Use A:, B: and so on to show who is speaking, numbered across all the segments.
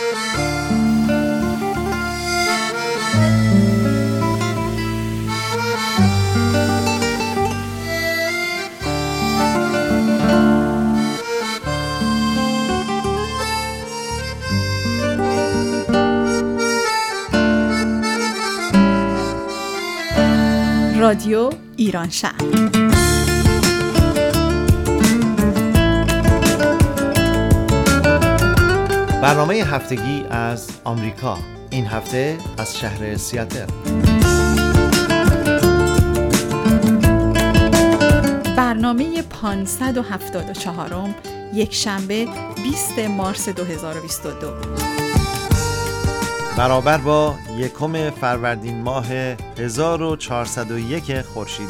A: رادیو ایران شهر.
B: برنامه هفتگی از آمریکا، این هفته از شهر سیاتل.
A: برنامه 574 یک شنبه 20 مارس 2022
B: برابر با 1 فروردین ماه 1401 خورشیدی.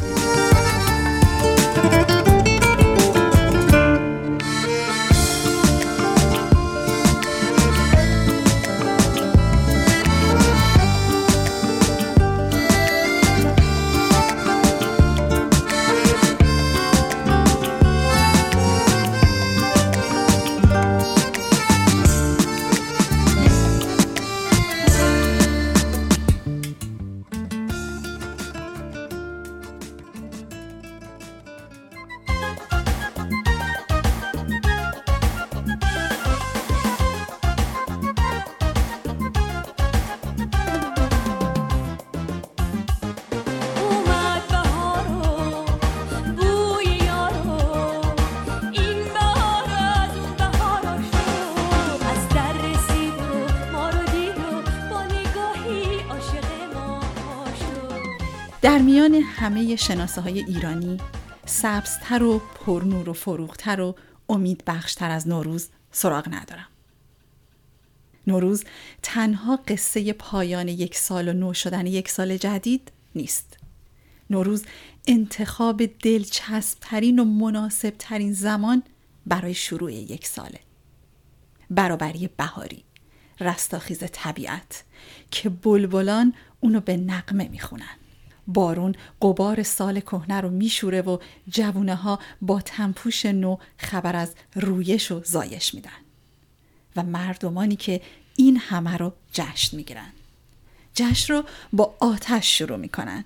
A: در میان همه شناسه‌های ایرانی سبزتر و پرنور و فروغتر و امیدبخشتر از نوروز سراغ ندارم. نوروز تنها قصه پایان یک سال و نو شدن یک سال جدید نیست. نوروز انتخاب دلچسب‌ترین و مناسب‌ترین زمان برای شروع یک ساله. برابری بهاری، رستاخیز طبیعت که بلبلان اونو به نغمه میخونن. بارون غبار سال کهنه رو میشوره و جوونه ها با تنپوش نو خبر از رویش و زایش میدن و مردمانی که این همه رو جشن میگیرن. جشن رو با آتش شروع میکنن.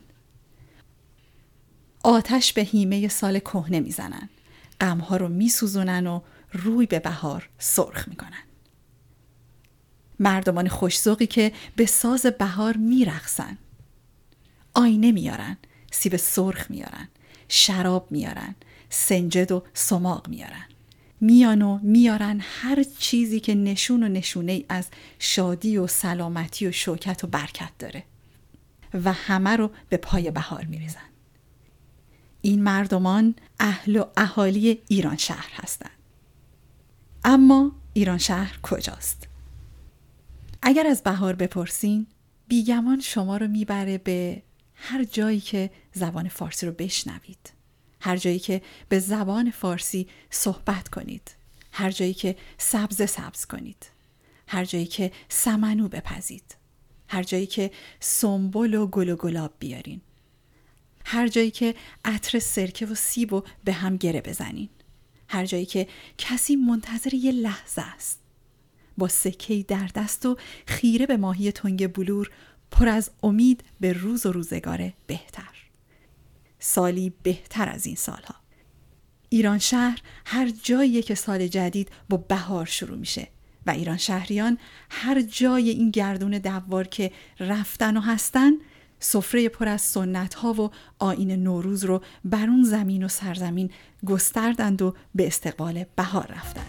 A: آتش به هیمه سال کهنه میزنن، غمها رو میسوزونن و روی به بهار سرخ میکنن. مردمان خوش‌ذوقی که به ساز بهار میرقصن. آینه میارن، سیب سرخ میارن، شراب میارن، سنجد و سماق میارن. میارن هر چیزی که نشون و نشونه از شادی و سلامتی و شوکت و برکت داره و همه رو به پای بهار میریزن. این مردمان اهل و اهالی ایران شهر هستن. اما ایران شهر کجاست؟ اگر از بهار بپرسین، بیگمان شما رو میبره به هر جایی که زبان فارسی رو بشنوید، هر جایی که به زبان فارسی صحبت کنید، هر جایی که سبز کنید، هر جایی که سمنو بپزید، هر جایی که سنبل و گل و گلاب بیارین، هر جایی که عطر سرکه و سیب رو به هم گره بزنین، هر جایی که کسی منتظر یه لحظه است با سکه‌ای در دست و خیره به ماهی تنگ بلور، پر از امید به روز و روزگار بهتر، سالی بهتر از این سالها. ایران شهر هر جاییه که سال جدید با بهار شروع میشه و ایران شهریان هر جای این گردون دوار که رفتن و هستن، سفره پر از سنت ها و آیین نوروز رو بر اون زمین و سرزمین گستردند و به استقبال بهار رفتند.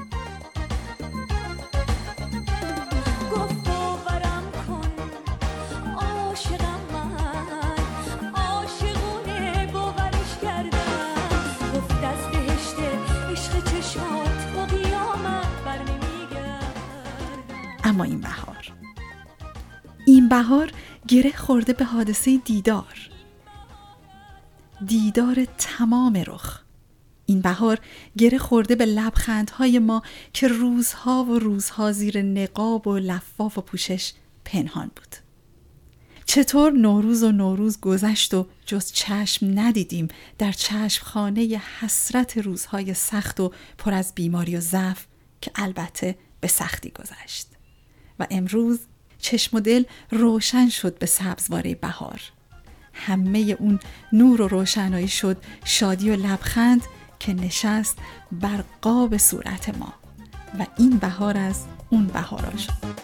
A: اما این بهار گره خورده به حادثه دیدار تمام رخ. این بهار گره خورده به لبخندهای ما که روزها و روزها زیر نقاب و لفاف و پوشش پنهان بود. چطور نوروز گذشت و جز چشم ندیدیم در چشمخانه حسرت روزهای سخت و پر از بیماری و ضعف که البته به سختی گذشت. و امروز چشم و دل روشن شد به سبزواره بهار. همه اون نور و روشنایی شد شادی و لبخند که نشست بر قاب صورت ما و این بهار از اون بهارا شد.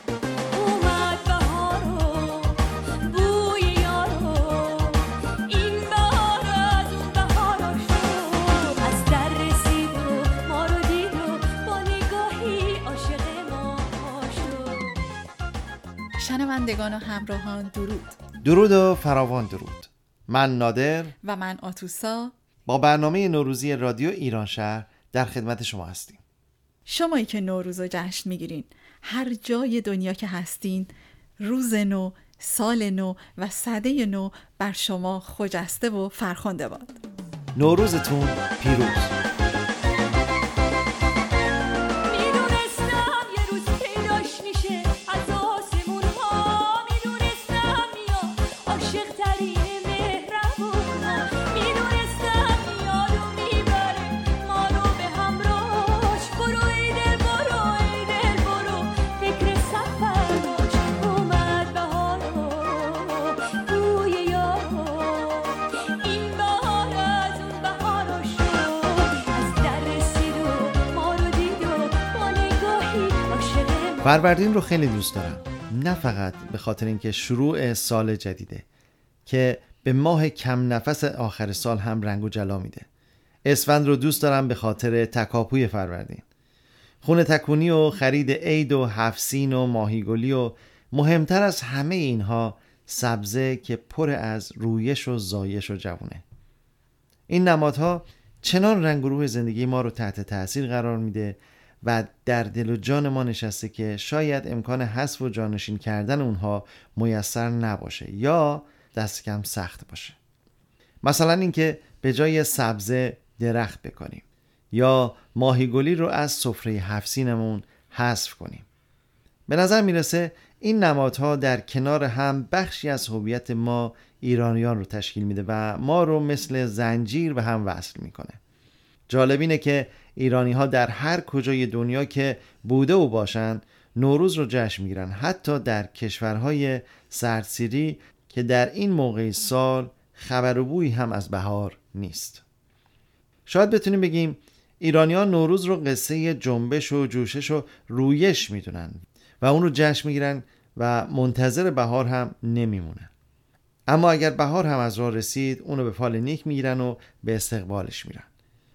A: شنوندگان و همراهان
B: درود و فراوان درود. من نادر
A: و من آتوسا
B: با برنامه نوروزی رادیو ایران شهر در خدمت شما هستیم.
A: شمایی که نوروز رو جشن میگیرین، هر جای دنیا که هستین، روز نو، سال نو و سده نو بر شما خجسته و فرخنده باد.
B: نوروزتون پیروز. فروردین رو خیلی دوست دارم، نه فقط به خاطر اینکه شروع سال جدیده که به ماه کم نفس آخر سال هم رنگ و جلا میده. اسفند رو دوست دارم به خاطر تکاپوی فروردین، خونه تکونی و خرید عید و هفسین و ماهیگلی و مهمتر از همه اینها سبزه که پر از رویش و زایش و جوونه. این نمادها چنان رنگ و روح زندگی ما رو تحت تاثیر قرار میده و در دل و جان ما نشسته که شاید امکان حذف و جانشین کردن اونها میسر نباشه یا دست کم سخت باشه. مثلا اینکه به جای سبزه درخت بکنیم یا ماهیگلی رو از سفره هفسینمون حذف کنیم. به نظر میرسه این نمادها در کنار هم بخشی از هویت ما ایرانیان رو تشکیل میده و ما رو مثل زنجیر به هم وصل میکنه. جالب اینه که ایرانی ها در هر کجای دنیا که بوده و باشن نوروز رو جشن میگیرن، حتی در کشورهای سردسیری که در این موقع سال خبر و بویی هم از بهار نیست. شاید بتونیم بگیم ایرانیان نوروز رو قصه جنبش و جوشش و رویش میدونن و اون رو جشن میگیرن و منتظر بهار هم نمیمونن. اما اگر بهار هم از راه رسید اون رو به فال نیک میگیرن و به استقبالش میرن.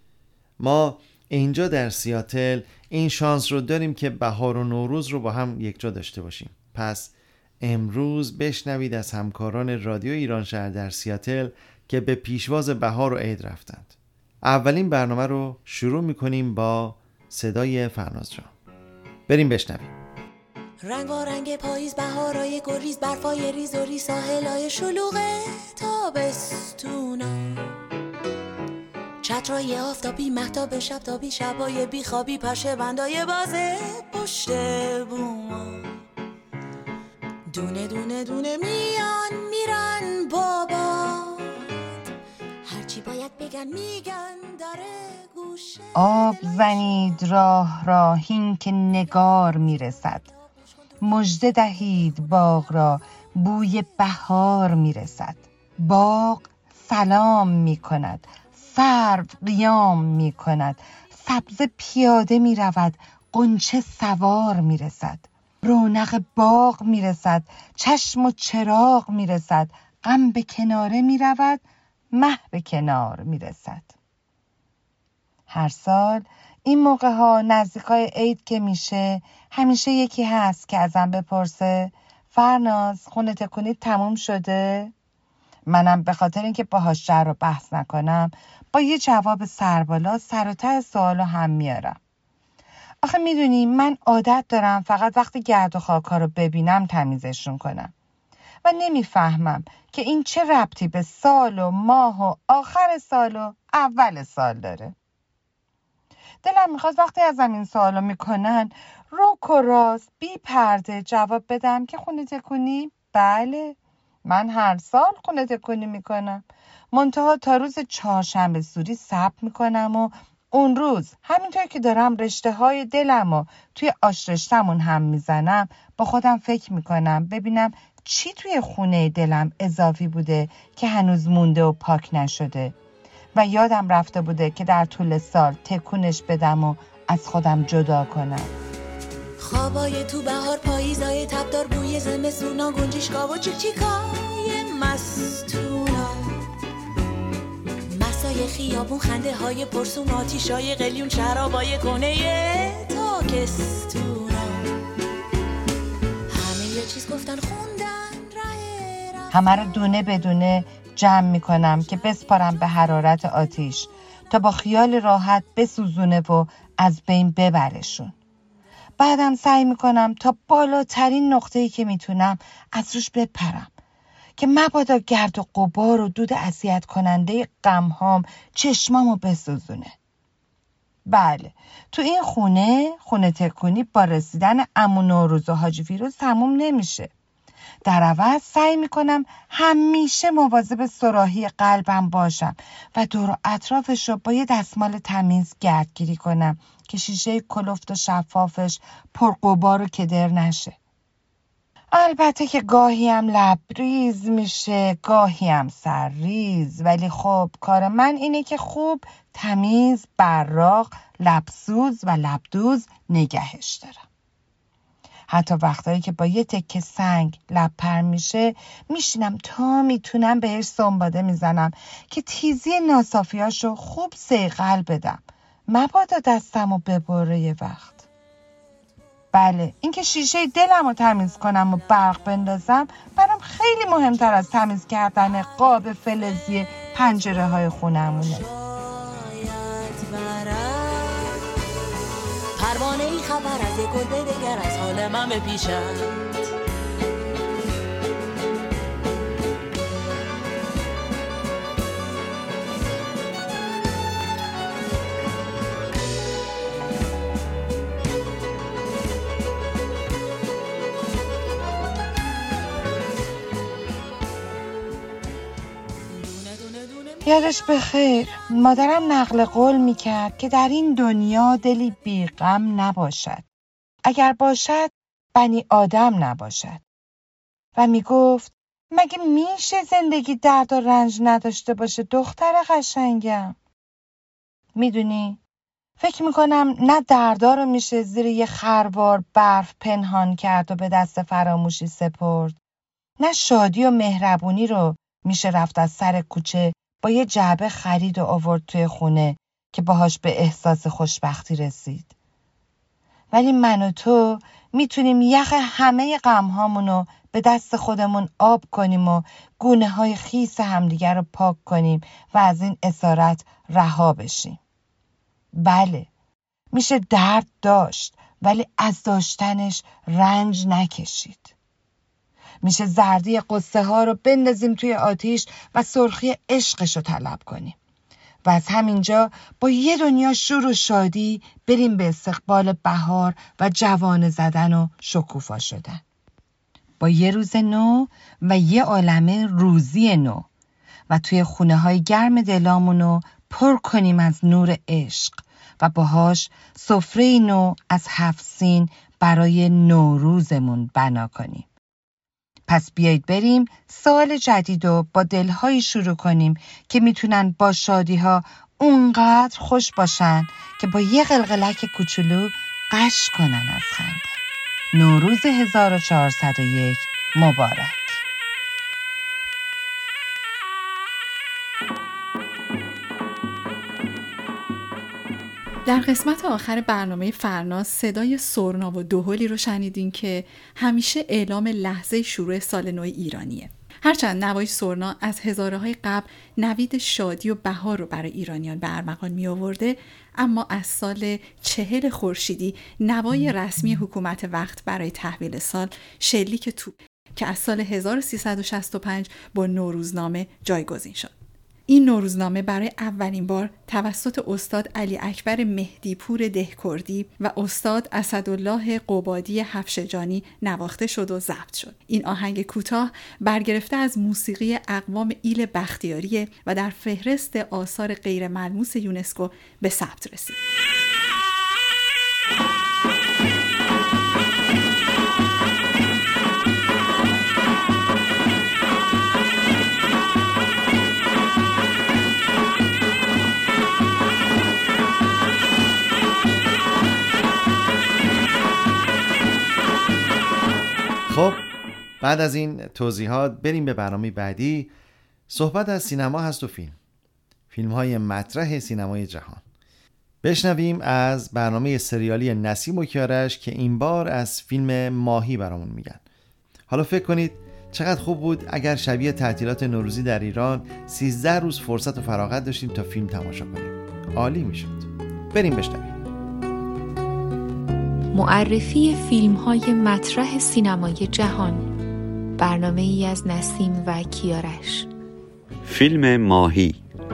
B: ما اینجا در سیاتل این شانس رو داریم که بهار و نوروز رو با هم یک جا داشته باشیم. پس امروز بشنوید از همکاران رادیو ایران شهر در سیاتل که به پیشواز بهار و عید رفتند. اولین برنامه رو شروع میکنیم با صدای فرناز جان. بریم بشنویم.
C: رنگارنگ پاییز، بهارای گریز، برفای ریز و ریز، ساحلای شلوغ تابستونا، چترای آفتابی، مهتاب شبتابی، شبای بیخوابی، پشه بندای بازه پشت بوما، دونه دونه دونه میان میرن بابا، هرچی باید بگن میگن داره گوشه.
D: آب زنید راه راهین که نگار میرسد، مژده دهید باغ را بوی بهار میرسد. باغ سلام میکند، سرو قیام می کند، سبزه پیاده می رود، غنچه سوار می رسد. رونق باغ می رسد، چشم و چراغ می رسد، غم به کناره می رود، مه به کنار می رسد. هر سال این موقع ها نزدیکای عید که میشه همیشه یکی هست که ازم بپرسه فرناز خونه تکونی تموم شده؟ منم به خاطر اینکه باهاش جر و بحث نکنم با یه جواب سربالا سر و ته سوالو هم میارم. آخه میدونی من عادت دارم فقط وقتی گرد و خاک‌ها رو ببینم تمیزشون کنم و نمیفهمم که این چه ربطی به سال و ماه و آخر سال و اول سال داره. دلم میخواد وقتی ازم این سوالو میکنن روک و راست بی پرده جواب بدم که خونه تکونی؟ بله، من هر سال خونه تکونی میکنم، منتها تا روز چهارشنبه سوری صبر میکنم و اون روز همینطور که دارم رشته های دلمو توی آش رشتمون هم میزنم با خودم فکر میکنم ببینم چی توی خونه دلم اضافی بوده که هنوز مونده و پاک نشده و یادم رفته بوده که در طول سال تکونش بدم و از خودم جدا کنم.
C: خوابای تو بهار، پاییزای تبدار، بوی زمستونا، گنجشگاه و چیکچیکای مستونا، مسای خیابون، خنده های پرسون، آتیشای قلیون، شرابای کنه تاکستونا، همه یه چیز گفتن خوندن ره،
D: همه رو دونه بدونه جمع میکنم که بسپارم به حرارت آتیش تا با خیال راحت بسوزونه و از بین ببرشون. بعدم سعی میکنم تا بالاترین نقطه‌ای که میتونم از روش بپرم که مبادا گرد و غبار و دود اذیت کننده غم‌هام چشمامو بسوزونه. بله، تو این خونه تکونی با رسیدن عمو نوروز و حاجی فیروز تموم نمیشه. در عوض سعی میکنم همیشه مواظب صراحی قلبم باشم و دور و اطرافش رو با یه دستمال تمیز گردگیری کنم که شیشه کلفت و شفافش پرغبار و کدر نشه. البته که گاهی هم لبریز میشه، گاهی هم سرریز، ولی خب کار من اینه که خوب، تمیز، براق، لبسوز و لبدوز نگهش دارم. حتی وقتایی که با یه تکه سنگ لب پر میشه میشینم تا میتونم بهش سنباده میزنم که تیزی ناصافیاشو خوب صیقل بدم، مبادا دستمو ببره یه وقت. بله، اینکه شیشه دلمو تمیز کنم و برق بندازم برام خیلی مهمتر از تمیز کردن قاب فلزی پنجره های خونمونه.
C: پروانه ای خبر از یک گل دگر از حال من بپیشد،
D: یادش بخیر، مادرم نقل قول میکرد که در این دنیا دلی بی غم نباشد، اگر باشد بنی آدم نباشد. و میگفت مگه میشه زندگی درد و رنج نداشته باشه دختر قشنگم؟ میدونی؟ فکر میکنم نه دردا رو میشه زیر یه خروار برف پنهان کرد و به دست فراموشی سپرد، نه شادی و مهربونی رو میشه رفت از سر کوچه با یه جعبه خرید و آورد توی خونه که باهاش به احساس خوشبختی رسید. ولی من و تو میتونیم یخ همه غمهامونو به دست خودمون آب کنیم و گونه های خیس همدیگر رو پاک کنیم و از این اسارت رها بشیم. بله، میشه درد داشت ولی از داشتنش رنج نکشید. میشه زردی قصه ها رو بندازیم توی آتیش و سرخی عشقش رو طلب کنیم و از همینجا با یه دنیا شور و شادی بریم به استقبال بهار و جوانه زدن و شکوفا شدن، با یه روز نو و یه عالمه روزی نو و توی خونه های گرم دلامونو پر کنیم از نور عشق و باهاش سفره نو از 7 سین برای نوروزمون بنا کنیم. پس بیایید بریم سال جدید رو با دلهایی شروع کنیم که میتونن با شادی‌ها اونقدر خوش باشن که با یه قلقلک کوچولو قش کنن از خنده. نوروز 1401 مبارک.
A: در قسمت آخر برنامه فرناز صدای سرنا و دهلی رو شنیدین که همیشه اعلام لحظه شروع سال نو ایرانیه. هرچند نوای سرنا از هزاره‌های قبل نوید شادی و بهار رو برای ایرانیان به ارمغان می آورده، اما از سال 40 خورشیدی نوای رسمی حکومت وقت برای تحویل سال شلیک توپ که از سال 1365 با نوروزنامه جایگزین شد. این نوروزنامه برای اولین بار توسط استاد علی اکبر مهدیپور دهکردی و استاد اسدالله قبادی حفشجانی نواخته شد و ضبط شد. این آهنگ کوتاه برگرفته از موسیقی اقوام ایل بختیاری و در فهرست آثار غیر ملموس یونسکو به ثبت رسید.
B: خب بعد از این توضیحات بریم به برنامه بعدی. صحبت از سینما هست و فیلم‌های مطرح سینمای جهان. بشنویم از برنامه سریالی نسیم و کیارش که این بار از فیلم ماهی برامون میگن. حالا فکر کنید چقدر خوب بود اگر شبیه تعطیلات نوروزی در ایران 13 روز فرصت و فراغت داشتیم تا فیلم تماشا کنیم. عالی میشد. بریم بشنویم.
E: معرفی فیلم‌های مطرح سینمای جهان، برنامه‌ای از نسیم و کیارش.
F: فیلم ماهی.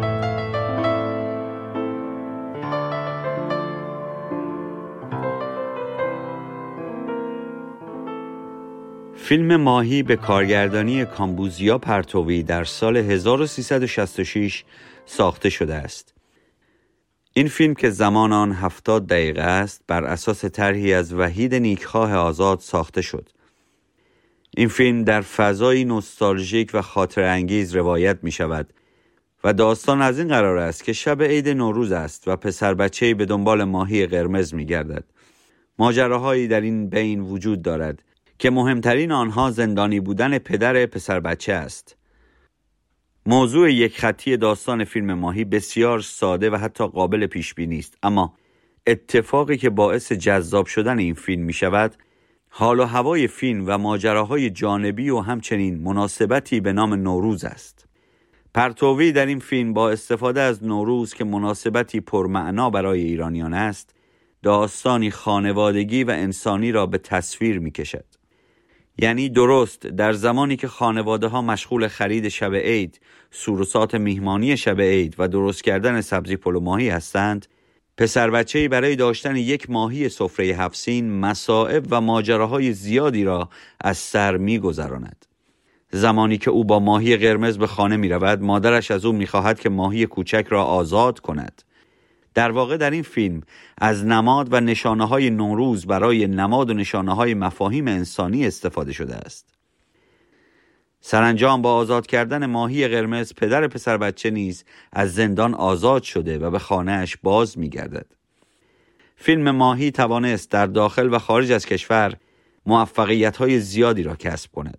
F: فیلم ماهی به کارگردانی کامبوزیا پرتوی در سال 1366 ساخته شده است. این فیلم که زمان آن 70 دقیقه است بر اساس طرحی از وحید نیکخواه آزاد ساخته شد. این فیلم در فضایی نوستالژیک و خاطر انگیز روایت می شود و داستان از این قرار است که شب عید نوروز است و پسر بچه‌ای به دنبال ماهی قرمز می گردد. ماجراهایی در این بین وجود دارد که مهمترین آنها زندانی بودن پدر پسر بچه است. موضوع یک خطی داستان فیلم ماهی بسیار ساده و حتی قابل پیش بینی است، اما اتفاقی که باعث جذاب شدن این فیلم می شود حال و هوای فیلم و ماجراهای جانبی و همچنین مناسبتی به نام نوروز است. پرتوی در این فیلم با استفاده از نوروز که مناسبتی پرمعنا برای ایرانیان است، داستانی خانوادگی و انسانی را به تصویر می کشد. یعنی درست در زمانی که خانواده ها مشغول خرید شب عید، سوروسات میهمانی شب عید و درست کردن سبزی پلو ماهی هستند، پسر بچه‌ای برای داشتن یک ماهی سفره 7 سین مصائب و ماجراهای زیادی را از سر می‌گذراند. زمانی که او با ماهی قرمز به خانه می‌رود، مادرش از او می‌خواهد که ماهی کوچک را آزاد کند. در واقع در این فیلم از نماد و نشانه‌های نوروز برای نماد و نشانه‌های مفاهیم انسانی استفاده شده است. سرانجام با آزاد کردن ماهی قرمز، پدر پسر بچه نیز از زندان آزاد شده و به خانه‌اش باز می‌گردد. فیلم ماهی توانست در داخل و خارج از کشور موفقیت‌های زیادی را کسب کند.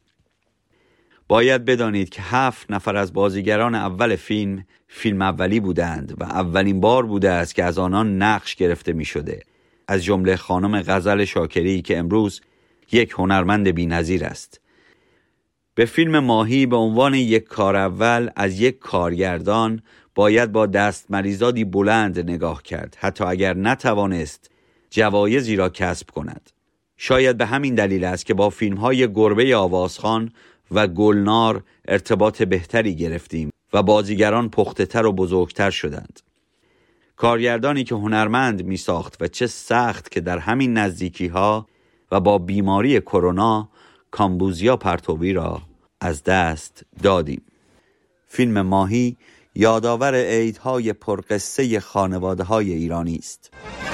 F: باید بدانید که 7 نفر از بازیگران اول فیلم اولی بودند و اولین بار بوده است که از آنان نقش گرفته می شده، از جمله خانم غزل شاکری که امروز یک هنرمند بی‌نظیر است. به فیلم ماهی به عنوان یک کار اول از یک کارگردان باید با دستمریزادی بلند نگاه کرد، حتی اگر نتوانست جوایزی را کسب کند. شاید به همین دلیل است که با فیلم‌های گربه آوازخان و گلنار ارتباط بهتری گرفتیم و بازیگران پخته‌تر و بزرگتر شدند. کارگردانی که هنرمند می ساخت و چه سخت که در همین نزدیکی‌ها و با بیماری کرونا کامبوزیا پرتوی را از دست دادیم. فیلم ماهی یادآور عیدهای پرقصه خانواده‌های ایرانی است.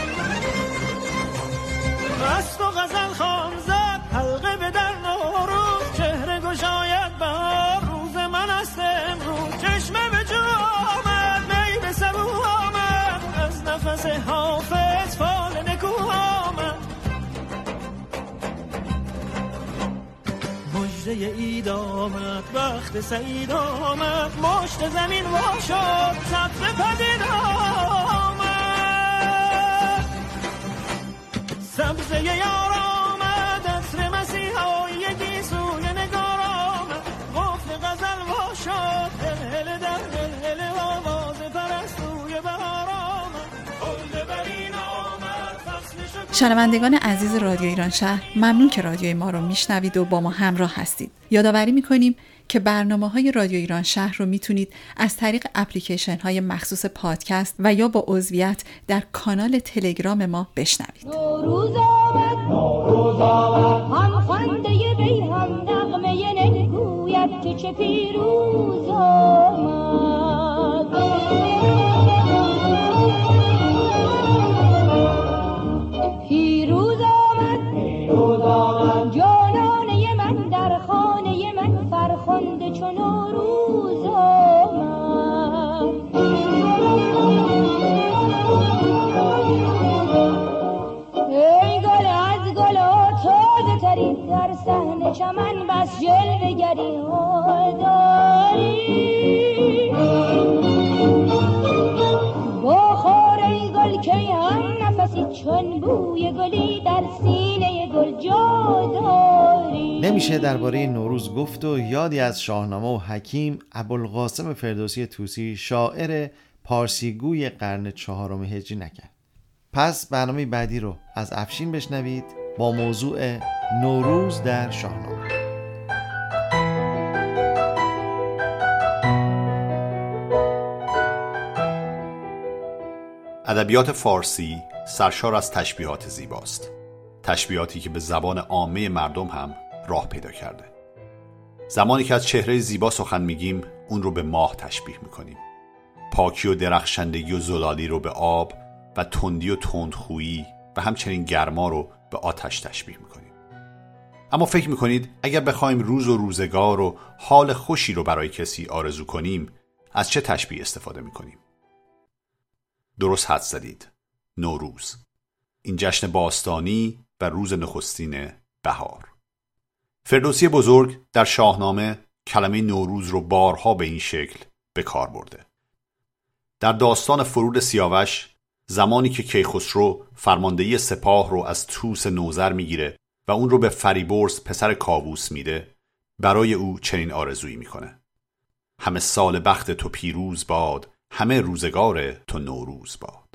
G: اید آمد، وقت سعید آمد، مشت زمین وا شد، سبز پدید آمد، سبزه یار آمد، عصر مسیحا یکی سوی نگار آمد، قفل غزل وا شد، هل در هل آواز پرستوی بهار آمد، خلد برین آمد، فصل شد.
A: شنوندگان عزیز رادیو ایران شهر، ممنون که رادیوی ما رو میشنوید و با ما همراه هستید. یادآوری میکنیم که برنامه‌های رادیو ایران شهر رو میتونید از طریق اپلیکیشن‌های مخصوص پادکست و یا با عضویت در کانال تلگرام ما بشنوید.
H: نوروز آمد هم خنده بی هم نغمه نگوید که چه پیروز آمد. پیروز آمد جانانه من در خانه من فرخنده چون نوروز آمد. ای گل از گل تازه ترین در صحنه چمن بس جلوه گری ها داری. بخور ای گل که هم نفسی چون بوی گلی در سینه گل جا داری.
B: نمیشه درباره نوروز گفت و یادی از شاهنامه و حکیم ابوالقاسم فردوسی طوسی شاعر پارسیگوی قرن 4 هجری نکرد. پس برنامه بعدی رو از افشین بشنوید با موضوع نوروز در شاهنامه.
I: ادبیات فارسی سرشار از تشبیهات زیباست. تشبیهاتی که به زبان عامه مردم هم راه پیدا کرده. زمانی که از چهره زیبا سخن میگیم اون رو به ماه تشبیه میکنیم. پاکی و درخشندگی و زلالی رو به آب و تندی و تندخویی و همچنین گرما رو به آتش تشبیه میکنیم. اما فکر میکنید اگر بخوایم روز و روزگار و حال خوشی رو برای کسی آرزو کنیم از چه تشبیه استفاده میکنیم؟ درست حدس زدید. نوروز. این جشن باستانی و روز نخستین بهار. فردوسی بزرگ در شاهنامه کلمه نوروز رو بارها به این شکل به کار برده. در داستان فرود سیاوش زمانی که کیخسرو فرماندهی سپاه رو از طوس نوذر میگیره و اون رو به فریبرز پسر کاووس میده، برای او چنین آرزویی میکنه: همه سال بخت تو پیروز باد، همه روزگار تو نوروز باد.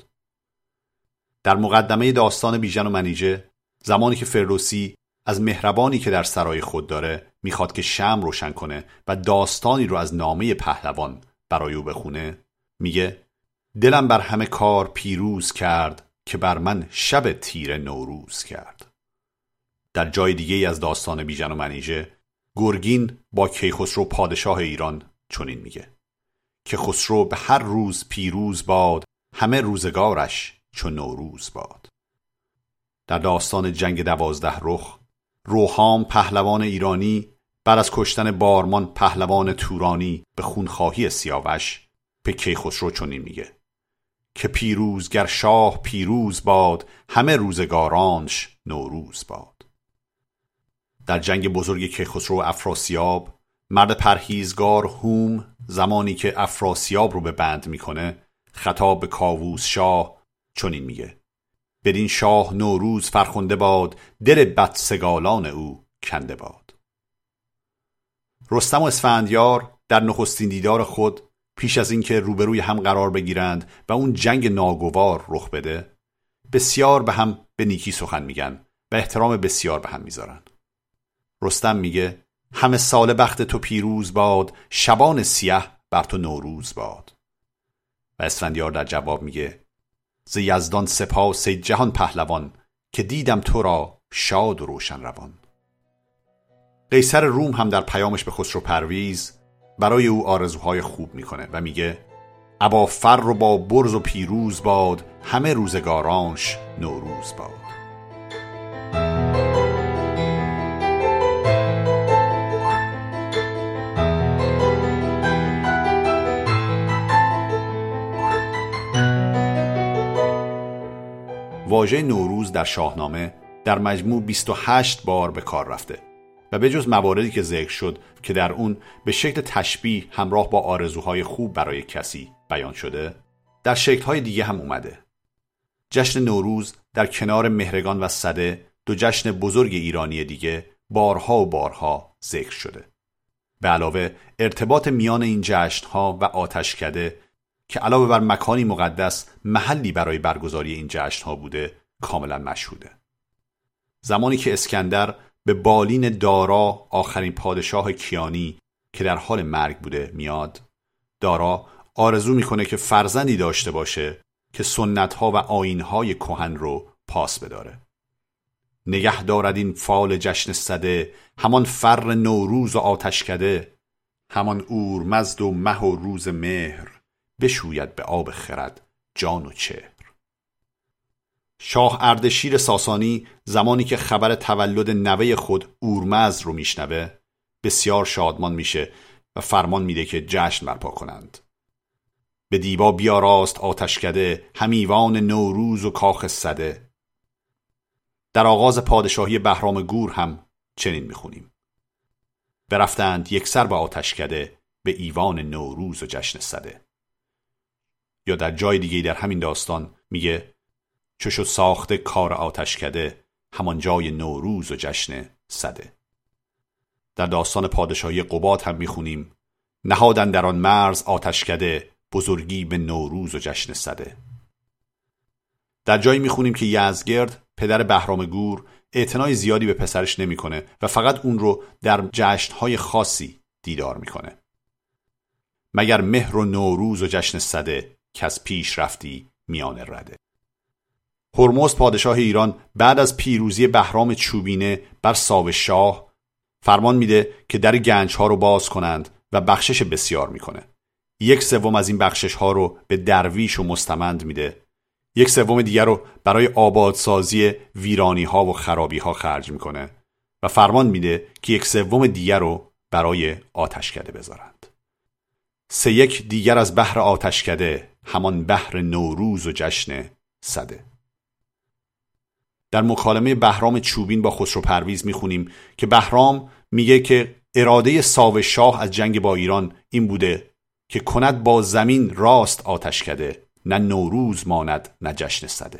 I: در مقدمه داستان بیژن و منیژه زمانی که فردوسی از مهربانی که در سرای خود داره میخواد که شمع روشن کنه و داستانی رو از نامه پهلوان برای او بخونه، میگه دلم بر همه کار پیروز کرد که بر من شب تیر نوروز کرد. در جای دیگه از داستان بیژن و منیژه گرگین با کیخسرو پادشاه ایران چنین میگه که خسرو به هر روز پیروز باد، همه روزگارش چون نوروز باد. در داستان جنگ 12 رخ روحام پهلوان ایرانی بعد از کشتن بارمان پهلوان تورانی به خونخواهی سیاوش به کیخسرو چنین میگه که پیروزگر شاه پیروز باد، همه روزگارانش نوروز باد. در جنگ بزرگ کیخسرو و افراسیاب مرد پرهیزگار هوم زمانی که افراسیاب رو به بند میکنه خطاب به کاووس شاه چنین میگه بدین شاه نوروز فرخنده باد، دل بدسگالان او کنده باد. رستم و اسفندیار در نخستین دیدار خود پیش از اینکه روبروی هم قرار بگیرند و اون جنگ ناگوار رخ بده بسیار به هم به نیکی سخن میگن و احترام بسیار به هم میذارن. رستم میگه همه سال بخت تو پیروز باد، شبان سیه بر تو نوروز باد. و اسفندیار در جواب میگه ز یزدان سپاس ای جهان پهلوان، که دیدم تو را شاد و روشن روان. قیصر روم هم در پیامش به خسرو پرویز برای او آرزوهای خوب میکنه و میگه ابا فر رو با برز و پیروز باد، همه روزگارانش نوروز باد. واژه نوروز در شاهنامه در مجموع 28 بار به کار رفته و به جز مواردی که ذکر شد که در اون به شکل تشبیه همراه با آرزوهای خوب برای کسی بیان شده، در شکل‌های دیگه هم اومده. جشن نوروز در کنار مهرگان و سده، دو جشن بزرگ ایرانی دیگه، بارها و بارها ذکر شده. به علاوه ارتباط میان این جشن‌ها و آتشکده که علاوه بر مکانی مقدس محلی برای برگزاری این جشن‌ها بوده کاملا مشهوده. زمانی که اسکندر به بالین دارا آخرین پادشاه کیانی که در حال مرگ بوده میاد، دارا آرزو میکنه که فرزندی داشته باشه که سنت‌ها و آیین‌های کهن رو پاس بداره. نگه دارد این فال جشن سده، همان فر نوروز و آتشکده، همان اورمزد و مه و روز مهر، بشوید به آب خرد جان و چهر. شاه اردشیر ساسانی زمانی که خبر تولد نوه خود اورمزد رو میشنوه بسیار شادمان میشه و فرمان میده که جشن برپا کنند. به دیبا بیاراست آتشکده، همیوان نوروز و کاخ سده. در آغاز پادشاهی بهرام گور هم چنین میخونیم: برفتند یک سر به آتشکده، به ایوان نوروز و جشن سده. یا در جای دیگه در همین داستان میگه چو شد ساخته کار آتشکده، همان جای نوروز و جشن سده. در داستان پادشاهی قباد هم میخونیم نهادن در آن مرز آتشکده، بزرگی به نوروز و جشن سده. در جایی میخونیم که یزدگرد پدر بهرام گور اعتنای زیادی به پسرش نمیکنه و فقط اون رو در جشنهای خاصی دیدار میکنه. مگر مهر و نوروز و جشن سده، که از پیش رفتی میان رده. هرمزد پادشاه ایران بعد از پیروزی بهرام چوبینه بر ساوه شاه فرمان میده که در گنجها رو باز کنند و بخشش بسیار میکنه. 1/3 از این بخشش ها رو به درویش و مستمند میده، 1/3 دیگر رو برای آبادسازی ویرانی ها و خرابی ها خرج میکنه و فرمان میده که 1/3 دیگر رو برای آتشکده بذارند. 3/1 دیگر از بحر آتشکده، همان بحر نوروز و جشن سده. در مکالمه بهرام چوبین با خسرو پرویز میخونیم که بهرام میگه که اراده ساوه شاه از جنگ با ایران این بوده که کند با زمین راست آتشکده، نه نوروز ماند نه جشن سده.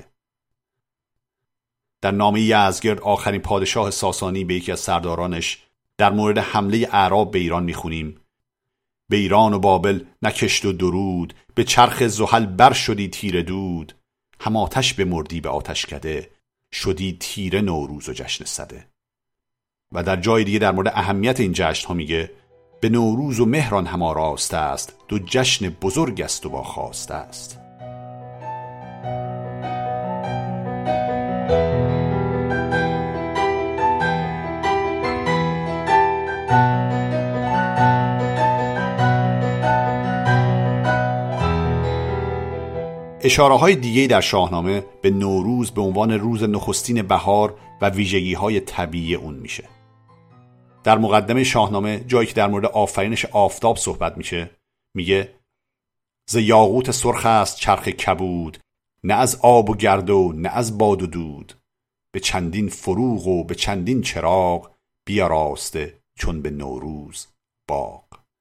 I: در نامه یزدگرد آخرین پادشاه ساسانی به یکی از سردارانش در مورد حمله اعراب به ایران میخونیم: به ایران و بابل نکشت و درود، به چرخ زحل بر شدی تیر دود، هم آتش بمردی به آتشکده، شدی تیر نوروز و جشن سده. و در جای دیگه در مورد اهمیت این جشن ها میگه به نوروز و مهران هم آراسته است، دو جشن بزرگ است و با خواسته است. اشاره‌های دیگه‌ای در شاهنامه به نوروز به عنوان روز نخستین بهار و ویژگی‌های طبیعی اون میشه. در مقدمه شاهنامه جایی که در مورد آفرینش آفتاب صحبت میشه میگه ز یاقوت سرخ است چرخ کبود، نه از آب و گرد و نه از باد و دود، به چندین فروغ و به چندین چراغ، بیاراسته چون به نوروز باغ.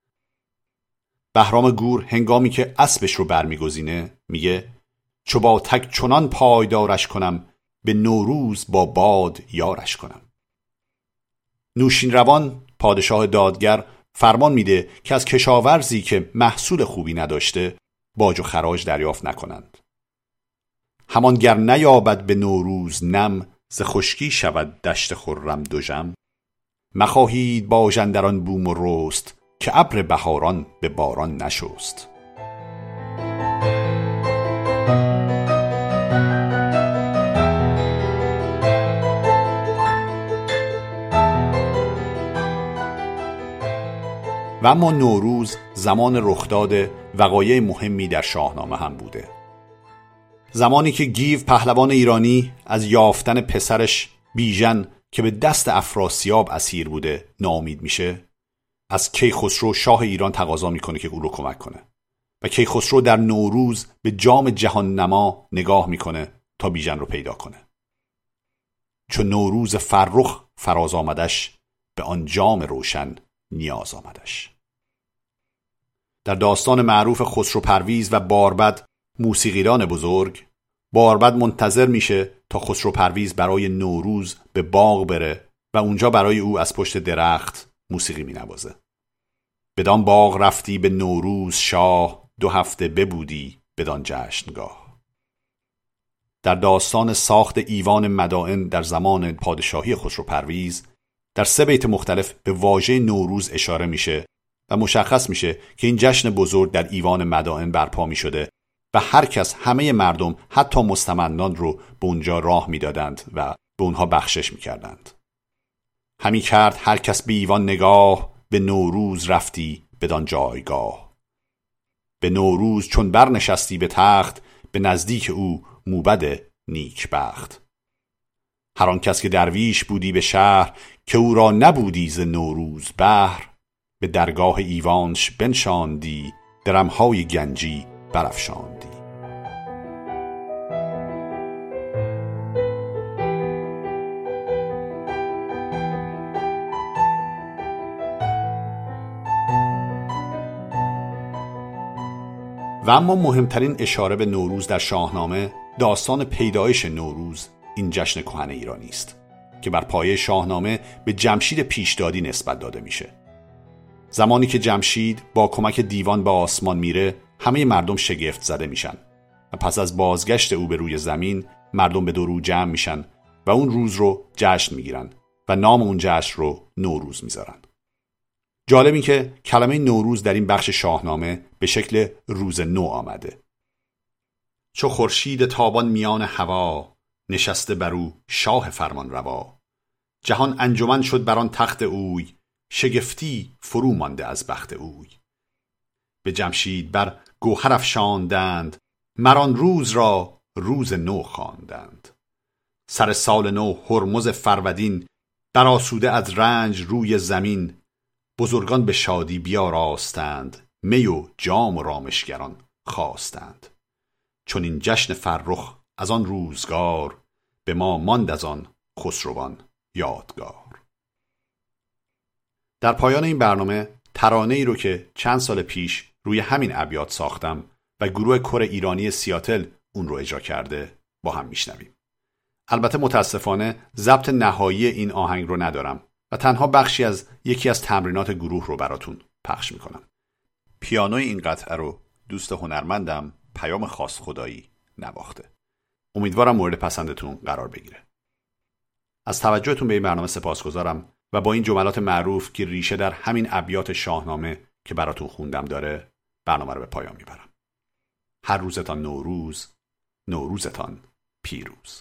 I: بهرام گور هنگامی که اسبش رو برمیگزینه میگه چو با تک چنان پایدارش کنم، به نوروز با باد یارش کنم. نوشین روان پادشاه دادگر فرمان میده که از کشاورزی که محصول خوبی نداشته باج و خراج دریافت نکنند. همان گر نیابد به نوروز نم، ز خشکی شود دشت خرم دژم. مخواهید باژندران بوم و رست، که ابر بهاران به باران نشست. و اما نوروز زمان رخداد وقایع مهمی در شاهنامه هم بوده. زمانی که گیو پهلوان ایرانی از یافتن پسرش بیژن که به دست افراسیاب اسیر بوده ناامید میشه، از کیخسرو شاه ایران تقاضا میکنه که او رو کمک کنه و کیخسرو در نوروز به جام جهان نما نگاه میکنه تا بیژن رو پیدا کنه. چون نوروز فرخ فراز آمدش، به آن جام روشن نیاز آمدش. در داستان معروف خسرو پرویز و باربد موسیقیدان بزرگ، باربد منتظر میشه تا خسرو پرویز برای نوروز به باغ بره و اونجا برای او از پشت درخت موسیقی مینوازه. بدان باغ رفتی به نوروز شاه، 2 هفته ببودی بدان جشنگاه. در داستان ساخت ایوان مدائن در زمان پادشاهی خسرو پرویز در 3 بیت مختلف به واژه نوروز اشاره میشه و مشخص میشه که این جشن بزرگ در ایوان مدائن برپا می شده و هر کس، همه مردم، حتی مستمندان رو به اونجا راه میدادند و به اونها بخشش میکردند. همی کرد هر کس به ایوان نگاه، به نوروز رفتی بدان جایگاه. به نوروز چون برنشستی به تخت، به نزدیک او موبد نیک بخت. هر آن کس که درویش بودی به شهر، که او را نبودی ز نوروز بهر. به درگاه ایوانش بنشاندی، درمهای گنجی برافشاندی. و اما مهمترین اشاره به نوروز در شاهنامه، داستان پیدایش نوروز، این جشن کهن ایرانی است که بر پایه شاهنامه به جمشید پیشدادی نسبت داده میشه. زمانی که جمشید با کمک دیوان به آسمان میره، همه مردم شگفت زده میشن و پس از بازگشت او به روی زمین، مردم به دور او جمع میشن و اون روز رو جشن میگیرن و نام اون جشن رو نوروز میذارن. جالب این که کلمه نوروز در این بخش شاهنامه به شکل روز نو آمده. چو خورشید تابان میان هوا، نشسته بر او شاه فرمان روا. جهان انجمن شد بر آن تخت اوی، شگفتی فرو مانده از بخت اوی. به جمشید بر گوهر افشاندند، مر آن روز را روز نو خواندند. سر سال نو هرمز فرودین، برآسوده از رنج روی زمین. بزرگان به شادی بیاراستند، می و جام و رامشگران خواستند. چون این جشن فرخ از آن روزگار، به ما ماند از آن خسروان یادگار. در پایان این برنامه ترانه‌ای رو که چند سال پیش روی همین ابیات ساختم و گروه کور ایرانی سیاتل اون رو اجرا کرده با هم میشنویم. البته متاسفانه ضبط نهایی این آهنگ رو ندارم و تنها بخشی از یکی از تمرینات گروه رو براتون پخش میکنم. پیانوی این قطعه رو دوست هنرمندم پیام خاص خدایی نواخته. امیدوارم مورد پسندتون قرار بگیره. از توجهتون به این برنامه سپاسگزارم و با این جملات معروف که ریشه در همین ابیات شاهنامه که براتون خوندم داره، برنامه رو به پایان میبرم. هر روزتان نوروز، نوروزتان پیروز.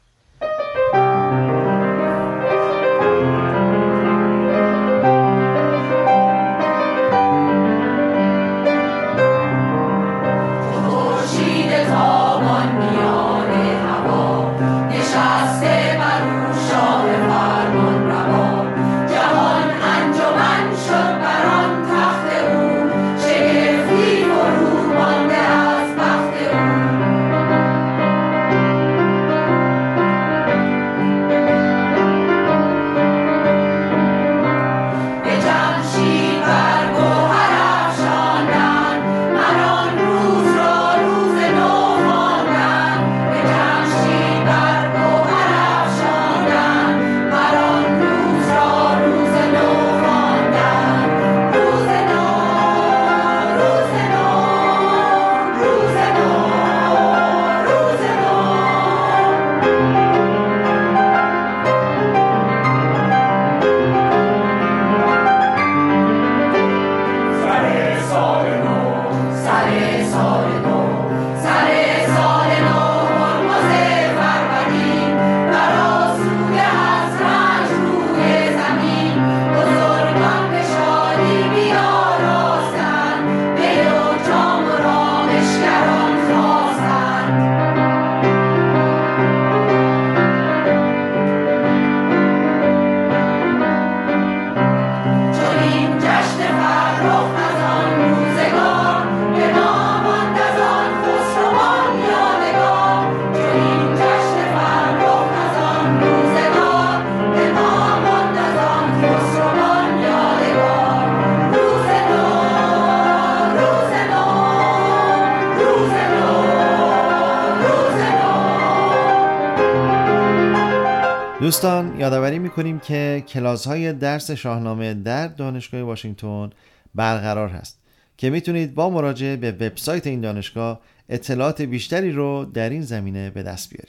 B: دوستان یادآوری میکنیم که کلاس‌های درس شاهنامه در دانشگاه واشنگتن برقرار هست که میتونید با مراجعه به وبسایت این دانشگاه اطلاعات بیشتری رو در این زمینه به دست بیارید.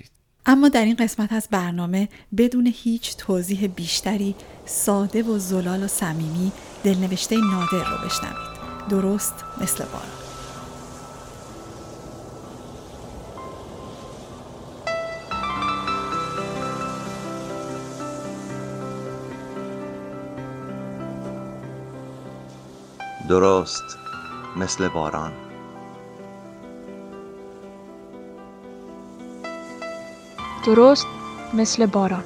A: اما در این قسمت از برنامه بدون هیچ توضیح بیشتری ساده و زلال و صمیمی دلنوشته نادر رو بشنوید. درست مثل باران.
J: درست مثل باران.
E: درست مثل باران.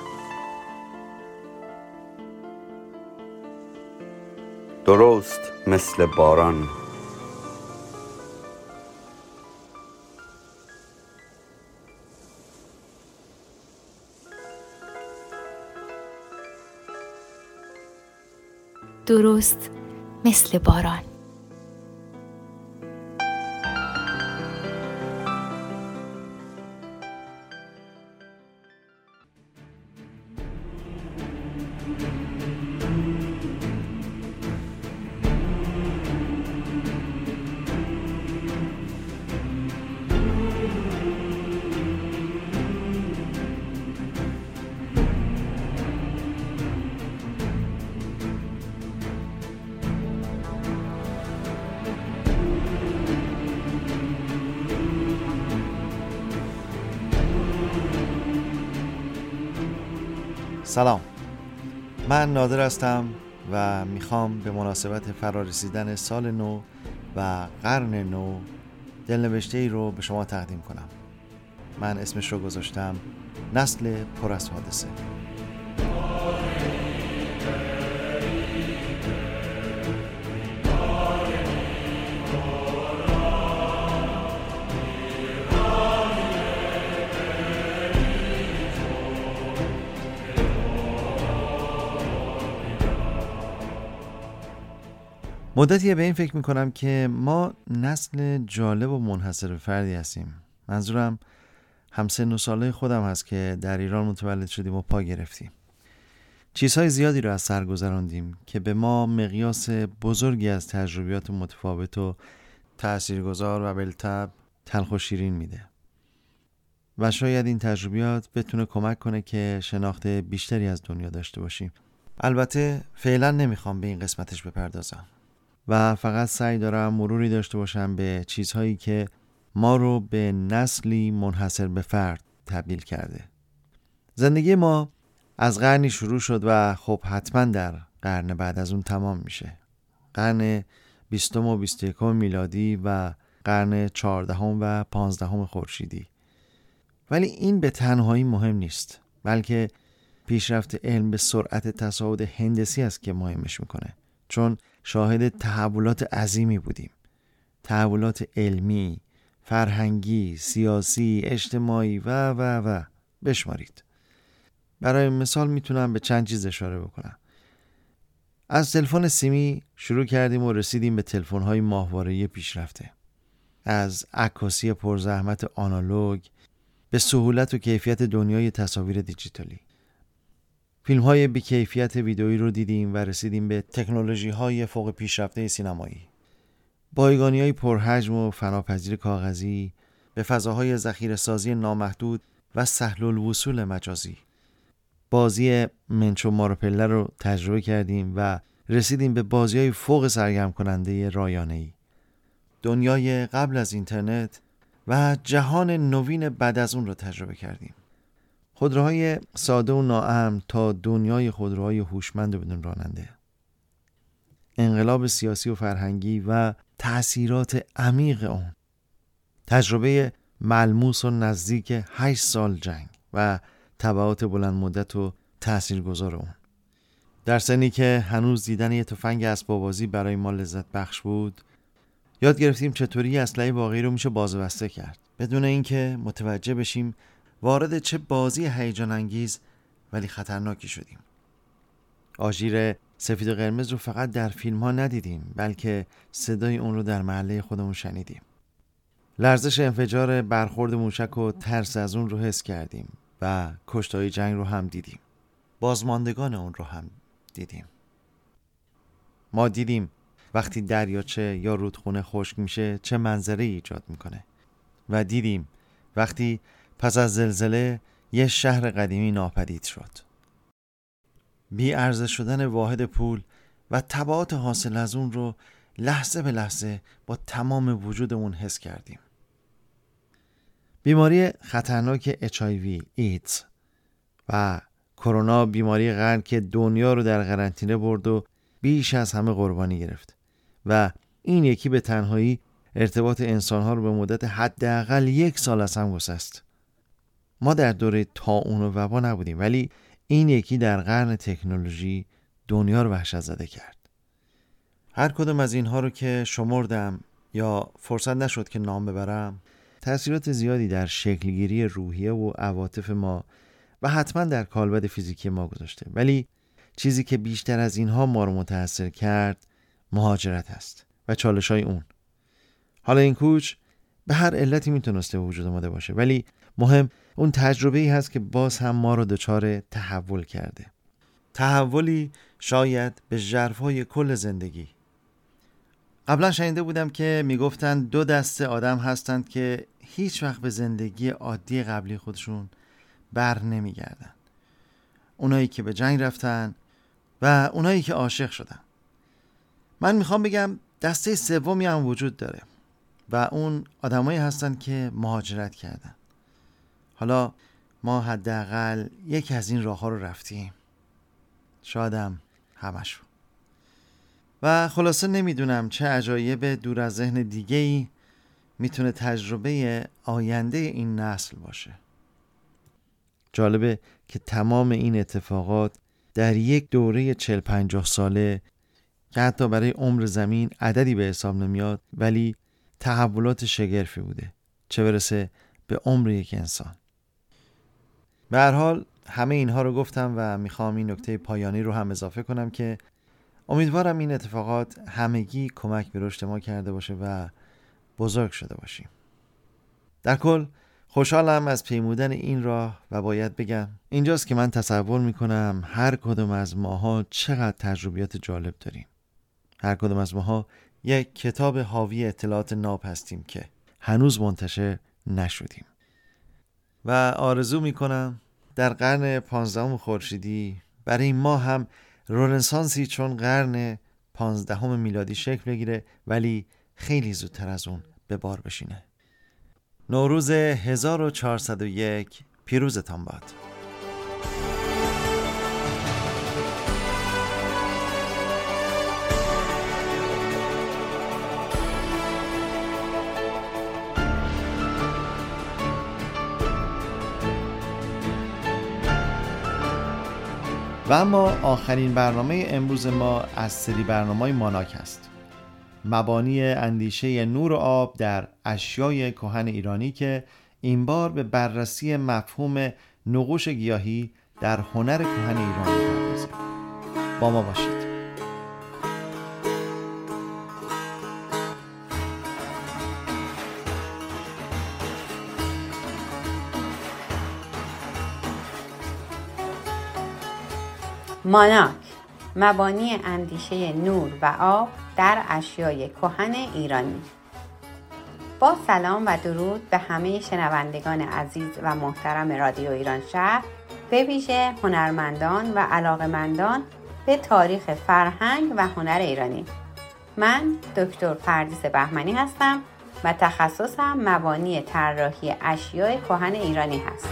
F: درست مثل باران.
E: درست مثل باران.
B: سلام، من نادر هستم و میخوام به مناسبت فرارسیدن سال نو و قرن نو دلنوشته ای رو به شما تقدیم کنم. من اسمش رو گذاشتم نسل پر از حادثه. مدتیه به این فکر میکنم که ما نسل جالب و منحصر به فردی هستیم. منظورم همسن و ساله خودم هست که در ایران متولد شدیم و پا گرفتیم. چیزهای زیادی رو از سر گذراندیم که به ما مقیاس بزرگی از تجربیات متفاوت و تاثیرگذار و بالطبع تلخ و شیرین میده. و شاید این تجربیات بتونه کمک کنه که شناخت بیشتری از دنیا داشته باشیم. البته فعلا نمیخوام به این قسمتش بپردازم و فقط سعی دارم مروری داشته باشم به چیزهایی که ما رو به نسلی منحصر به فرد تبدیل کرده. زندگی ما از قرنی شروع شد و خب حتما در قرن بعد از اون تمام میشه. قرن 20 و 21 میلادی و قرن 14 و 15 خورشیدی. ولی این به تنهایی مهم نیست، بلکه پیشرفت علم به سرعت تصاعد هندسی است که مهمش میکنه. چون شاهد تحولات عظیمی بودیم. تحولات علمی، فرهنگی، سیاسی، اجتماعی و بشمارید. برای مثال میتونم به چند چیز اشاره بکنم. از تلفن سیمی شروع کردیم و رسیدیم به تلفن‌های ماهواره‌ای پیشرفته. از عکاسی پرزحمت آنالوگ به سهولت و کیفیت دنیای تصاویر دیجیتالی. فیلم‌های بی‌کیفیت ویدئویی رو دیدیم و رسیدیم به تکنولوژی‌های فوق پیشرفته سینمایی. بایگانی‌های پرحجم و فناپذیر کاغذی به فضاهای ذخیره‌سازی نامحدود و سهل الوصول مجازی. بازی منچو ماروپله رو تجربه کردیم و رسیدیم به بازی‌های فوق سرگرم کننده رایانه‌ای. دنیای قبل از اینترنت و جهان نوین بعد از اون رو تجربه کردیم. خودروهای ساده و ناامن تا دنیای خودروهای هوشمند و بدون راننده. انقلاب سیاسی و فرهنگی و تأثیرات عمیق اون. تجربه ملموس و نزدیک 8 سال جنگ و تبعات بلند مدت و تأثیرگذار اون. در سنی که هنوز دیدن یه تفنگ اسباب‌بازی برای ما لذت بخش بود، یاد گرفتیم چطوری اسلحه واقعی رو میشه بازبسته کرد بدون اینکه متوجه بشیم وارد چه بازی هیجان انگیز ولی خطرناکی شدیم. آژیر سفید و قرمز رو فقط در فیلم ها ندیدیم، بلکه صدای اون رو در محله خودمون شنیدیم. لرزش انفجار برخورد موشک و ترس از اون رو حس کردیم و کشته‌های جنگ رو هم دیدیم. بازماندگان اون رو هم دیدیم. ما دیدیم وقتی دریاچه یا رودخونه خشک میشه چه منظره ایجاد میکنه و دیدیم وقتی پس از زلزله یه شهر قدیمی ناپدید شد. بی ارزش شدن واحد پول و تبعات حاصل از اون رو لحظه به لحظه با تمام وجودمون حس کردیم. بیماری خطرناک HIV ایدز و کرونا، بیماری قرن که دنیا رو در قرنطینه برد و بیش از همه قربانی گرفت و این یکی به تنهایی ارتباط انسانها رو به مدت حداقل 1 سال از هم گسست. ما در دوره طاعون و وبا نبودیم، ولی این یکی در قرن تکنولوژی دنیا رو وحشت زده کرد. هر کدوم از اینها رو که شمردم یا فرصت نشد که نام ببرم، تأثیرات زیادی در شکلگیری روحیه و عواطف ما و حتما در کالبد فیزیکی ما گذاشته، ولی چیزی که بیشتر از اینها ما رو متأثر کرد مهاجرت است و چالش‌های اون. حالا این کوچ به هر علتی میتونسته به وجود اومده باشه، ولی مهم اون تجربه‌ای هست که باز هم ما رو دچار تحول کرده. تحولی شاید به ژرفای کل زندگی. قبلا شنیده بودم که میگفتن 2 دسته آدم هستند که هیچ وقت به زندگی عادی قبلی خودشون بر نمیگردن. اونایی که به جنگ رفتن و اونایی که عاشق شدن. من میخوام بگم دسته سومی هم وجود داره و اون آدمایی هستن که مهاجرت کردن. حالا ما حداقل یکی از این راه‌ها رو رفتیم، شایدم همشو. و خلاصه نمیدونم چه عجایب دور از ذهن دیگه‌ای میتونه تجربه آینده این نسل باشه. جالبه که تمام این اتفاقات در یک دوره 40-50 ساله که حتی برای عمر زمین عددی به حساب نمیاد، ولی تحولات شگرفی بوده، چه برسه به عمر یک انسان. به هر حال همه اینها رو گفتم و میخوام این نکته پایانی رو هم اضافه کنم که امیدوارم این اتفاقات همگی کمک به رشد ما کرده باشه و بزرگ شده باشیم. در کل خوشحالم از پیمودن این راه و باید بگم اینجاست که من تصور میکنم هر کدوم از ماها چقدر تجربیات جالب داریم. هر کدوم از ماها یک کتاب حاوی اطلاعات ناب هستیم که هنوز منتشر نشدیم. و آرزو میکنم در قرن 15 خورشیدی برای ما هم رنسانسی چون قرن 15 میلادی شکل بگیره، ولی خیلی زودتر از اون به بار بشینه. نوروز 1401 پیروزتان باد. و اما آخرین برنامه امروز ما از سری برنامه‌های ماناک است. مبانی اندیشه نور و آب در اشیای کهن ایرانی که این بار به بررسی مفهوم نقوش گیاهی در هنر کهن ایران می‌پردازه. با ما باشید.
K: ماناک، مبانی اندیشه نور و آب در اشیای کهن ایرانی. با سلام و درود به همه شنوندگان عزیز و محترم رادیو ایران شهر، به ویژه هنرمندان و علاقه‌مندان به تاریخ فرهنگ و هنر ایرانی. من دکتر پردیس بهمنی هستم و تخصصم مبانی طراحی اشیای کهن ایرانی هست.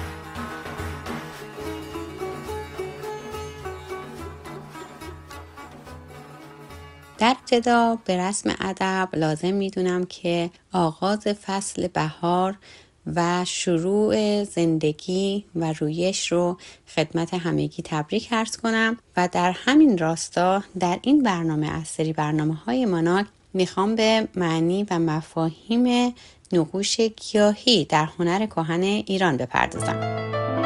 K: در ابتدا به رسم ادب لازم میدونم که آغاز فصل بهار و شروع زندگی و رویش رو خدمت همگی تبریک عرض کنم و در همین راستا در این برنامه از سری برنامه‌های ماناک میخوام به معنی و مفاهیم نقوش گیاهی در هنر کهن ایران بپردازم.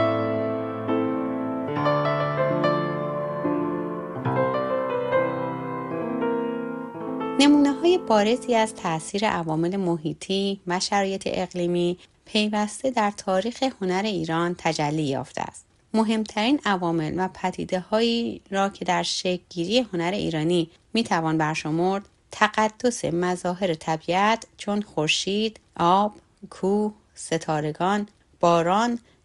K: نمونه‌های بارزی از تأثیر عوامل محیطی و شرایط اقلیمی پیوسته در تاریخ هنر ایران تجلی یافته است. مهمترین عوامل و پدیده‌هایی را که در شکل‌گیری هنر ایرانی میتوان برشمرد، تقدس مظاهر طبیعت چون خورشید، آب، کوه، ستارگان، باران،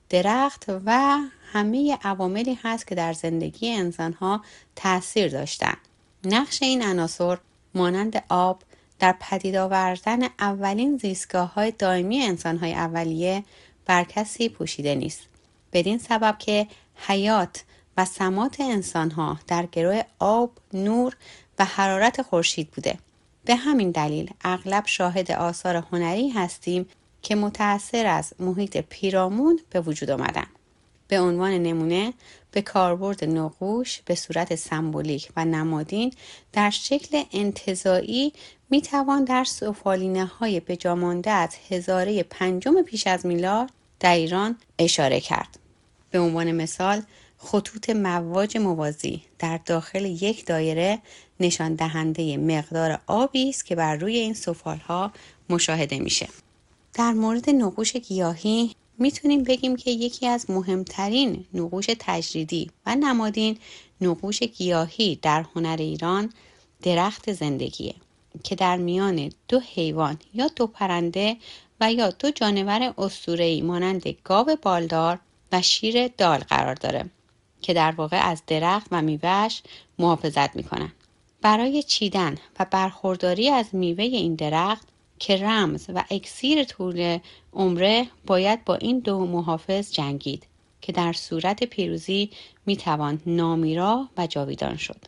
K: درخت و همه عواملی هست که در زندگی انسان‌ها تأثیر داشتن. نقش این عناصر مانند آب در پدید آوردن اولین زیستگاه‌های دائمی انسان‌های اولیه بر کسی پوشیده نیست. بدین سبب که حیات و سمات انسان‌ها در گروه آب، نور و حرارت خورشید بوده. به همین دلیل اغلب شاهد آثار هنری هستیم که متأثر از محیط پیرامون به وجود آمدن. به عنوان نمونه به کاربرد نقوش به صورت سمبولیک و نمادین در شکل انتزاعی میتوان در سفالینه‌های بجامانده از هزاره پنجم پیش از میلاد در ایران اشاره کرد. به عنوان مثال خطوط مواج موازی در داخل یک دایره نشان دهنده مقدار آبی است که بر روی این سفال‌ها مشاهده میشه. در مورد نقوش گیاهی میتونیم بگیم که یکی از مهمترین نقوش تجریدی و نمادین نقوش گیاهی در هنر ایران درخت زندگیه که در میان دو حیوان یا دو پرنده و یا دو جانور اسطوره‌ای مانند گاو بالدار و شیر دال قرار داره که در واقع از درخت و میوه‌اش محافظت میکنن. برای چیدن و برخورداری از میوه این درخت که رمز و اکسیر طول عمره باید با این دو محافظ جنگید که در صورت پیروزی میتوان نامیرا و جاویدان شد.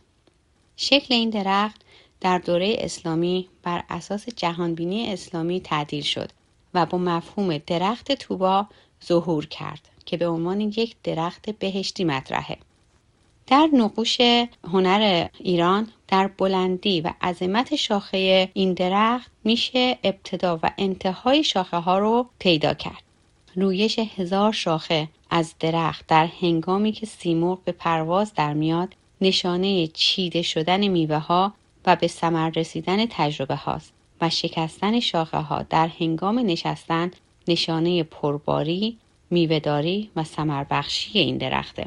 K: شکل این درخت در دوره اسلامی بر اساس جهانبینی اسلامی تعدیل شد و با مفهوم درخت طوبی ظهور کرد که به عنوان یک درخت بهشتی مطرحه. در نقوش هنر ایران در بلندی و عظمت شاخه این درخت میشه ابتدا و انتهای شاخه ها رو پیدا کرد. رویش 1000 شاخه از درخت در هنگامی که سیمرغ به پرواز در میاد نشانه چیده شدن میوه ها و به ثمر رسیدن تجربه هاست و شکستن شاخه ها در هنگام نشستن نشانه پرباری، میوه‌داری و ثمر بخشی این درخته.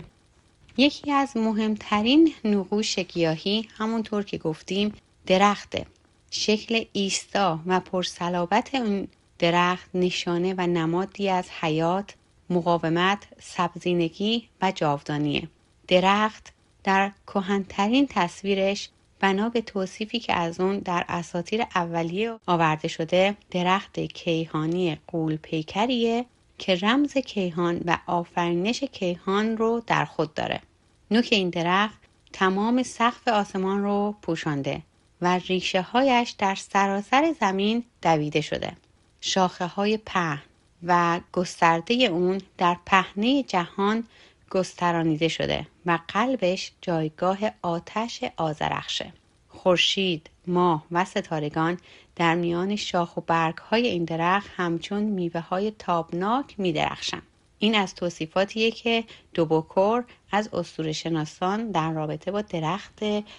K: یکی از مهمترین نقوش گیاهی همونطور که گفتیم درخته. شکل ایستا و پرصلابت این درخت نشانه و نمادی از حیات، مقاومت، سبزینگی و جاودانیه. درخت در کهن‌ترین تصویرش بنا به توصیفی که از اون در اساطیر اولیه آورده شده درخت کیهانی غول پیکریه که رمز کیهان و آفرینش کیهان رو در خود داره. نوک این درخت تمام سقف آسمان رو پوشانده و ریشه هایش در سراسر زمین دویده شده. شاخه های پهن و گسترده اون در پهنه جهان گسترانیده شده و قلبش جایگاه آتش آذرخشه. خورشید، ماه و ستارگان در میان شاخ و برگ های این درخت همچون میوه های تابناک می درخشن. این از توصیفاتیه که دوبوکور از اسطوره‌شناسان در رابطه با درخت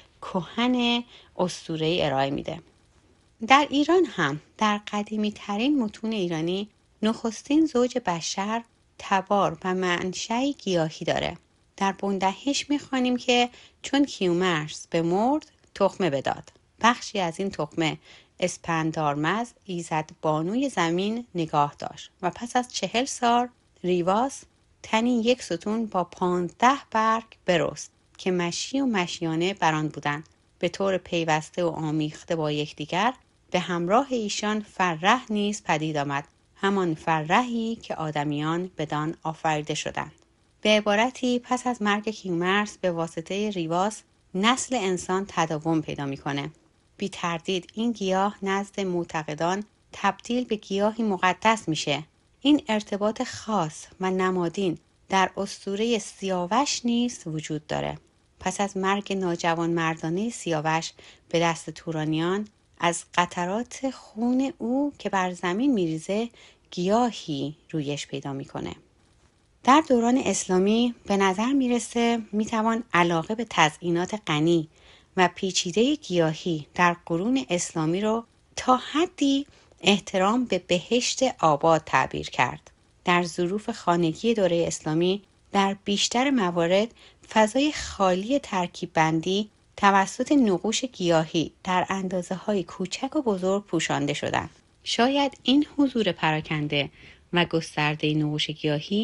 K: کهن اسطوره‌ای ارائه میده. در ایران هم در قدیمی ترین متون ایرانی نخستین زوج بشر تبار و منشأ گیاهی داره. در بندهش میخوانیم که چون کیومرث بمرد تخمه بداد. بخشی از این تخمه اسپندارمز ایزد بانوی زمین نگاه داشت و پس از 40 سال ریواس تنی یک ستون با 15 برگ برست که مشی و مشیانه بران بودند. به طور پیوسته و آمیخته با یکدیگر به همراه ایشان فرح نیز پدید آمد، همان فرحی که آدمیان بدان آفریده شدند. به عبارتی پس از مرگ کیومرث به واسطه ریواس نسل انسان تداوم پیدا میکنه. بی تردید این گیاه نزد معتقدان تبدیل به گیاهی مقدس میشه. این ارتباط خاص و نمادین در اسطوره سیاوش نیز وجود داره. پس از مرگ ناجوان مردانه سیاوش به دست تورانیان از قطرات خون او که بر زمین میریزه گیاهی رویش پیدا میکنه. در دوران اسلامی به نظر میرسه میتوان علاقه به تزئینات غنی و پیچیده گیاهی در قرون اسلامی رو تا حدی احترام به بهشت آباد تعبیر کرد. در ظروف خانگی دوره اسلامی در بیشتر موارد فضای خالی ترکیب بندی توسط نقوش گیاهی در اندازه‌های کوچک و بزرگ پوشانده شدند. شاید این حضور پراکنده و گسترده نقوش گیاهی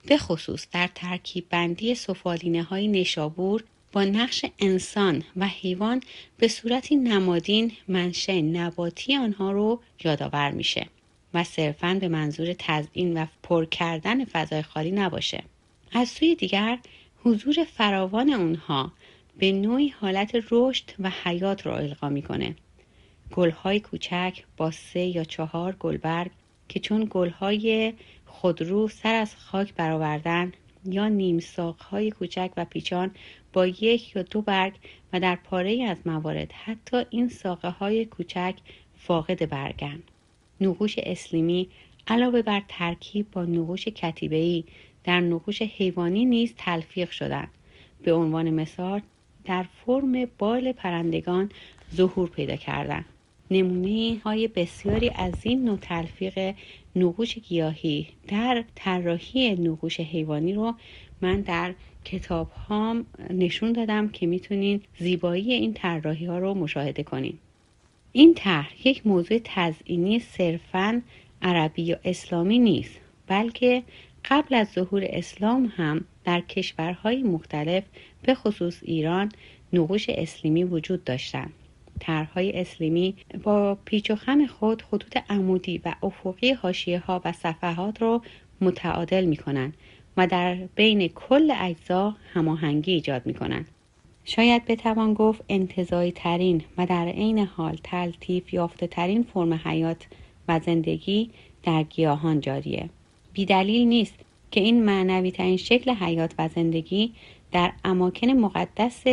K: به خصوص در ترکیب بندی سفالینه‌های نیشابور با نقش انسان و حیوان به صورتی نمادین منشأ نباتی آنها رو یادآور میشه و صرفاً به منظور تزیین و پر کردن فضای خالی نباشه. از سوی دیگر حضور فراوان اونها به نوعی حالت رشد و حیات را القا میکنه. گل‌های کوچک با 3 یا 4 گلبرگ که چون گل‌های خودرو سر از خاک برآوردن، یا نیم ساق‌های کوچک و پیچان با 1 یا 2 برگ و در پاره‌ای از موارد حتی این ساقه‌های کوچک فاقد برگن. نقوش اسلیمی علاوه بر ترکیب با نقوش کتیبه‌ای در نقوش حیوانی نیز تلفیق شدند. به عنوان مثال در فرم بال پرندگان ظهور پیدا کردند. نمونه‌های بسیاری از این نوع تلفیق نقوش گیاهی در طراحی نقوش حیوانی رو من در کتاب هام نشون دادم که میتونین زیبایی این طراحی ها رو مشاهده کنین. این طرح یک موضوع تزیینی صرفاً عربی یا اسلامی نیست، بلکه قبل از ظهور اسلام هم در کشورهای مختلف به خصوص ایران نقوش اسلیمی وجود داشتند. طرح‌های اسلیمی با پیچ و خم خود خطوط عمودی و افقی حاشیه‌ها و صفحات را متعادل می‌کنند و در بین کل اجزا هماهنگی ایجاد می‌کنند. شاید بتوان گفت انتزاعی ترین و در عین حال تلطیف یافته ترین فرم حیات و زندگی در گیاهان جاریه. بی‌دلیل نیست که این معنوی ترین شکل حیات و زندگی در اماکن مقدس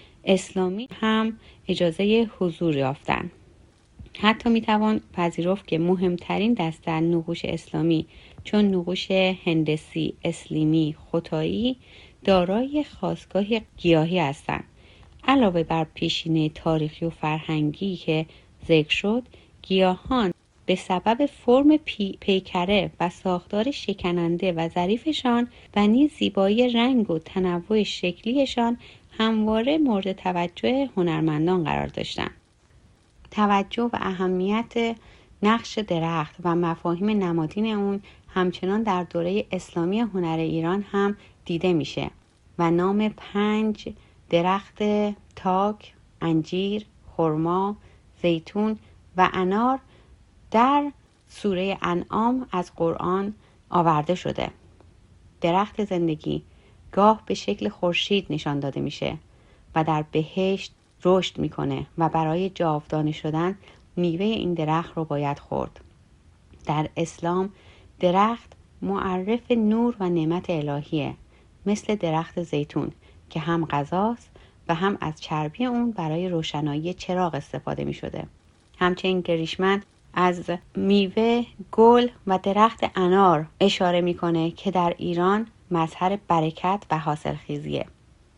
K: اسلامی هم اجازه حضور یافتند. حتی میتوان پذیرفت که مهمترین دسته نقوش اسلامی چون نقوش هندسی، اسلیمی، ختایی دارای خاستگاه گیاهی هستند. علاوه بر پیشینه تاریخی و فرهنگی که ذکر شد، گیاهان به سبب فرم پیکره و ساختار شکننده و ظریفشان و نیز زیبایی رنگ و تنوع شکلیشان همواره مورد توجه هنرمندان قرار داشتند. توجه و اهمیت نقش درخت و مفاهیم نمادین اون همچنان در دوره اسلامی هنر ایران هم دیده میشه و نام 5 درخت تاک، انجیر، خرما، زیتون و انار در سوره انعام از قرآن آورده شده. درخت زندگی گاه به شکل خورشید نشان داده میشه و در بهشت رشد میکنه و برای جاودانه شدن میوه این درخت رو باید خورد. در اسلام درخت معرف نور و نعمت الهیه، مثل درخت زیتون که هم غذاست و هم از چربی اون برای روشنایی چراغ استفاده میشده. همچنین گریشمن از میوه، گل و درخت انار اشاره میکنه که در ایران مظهر برکت و حاصلخیزیه.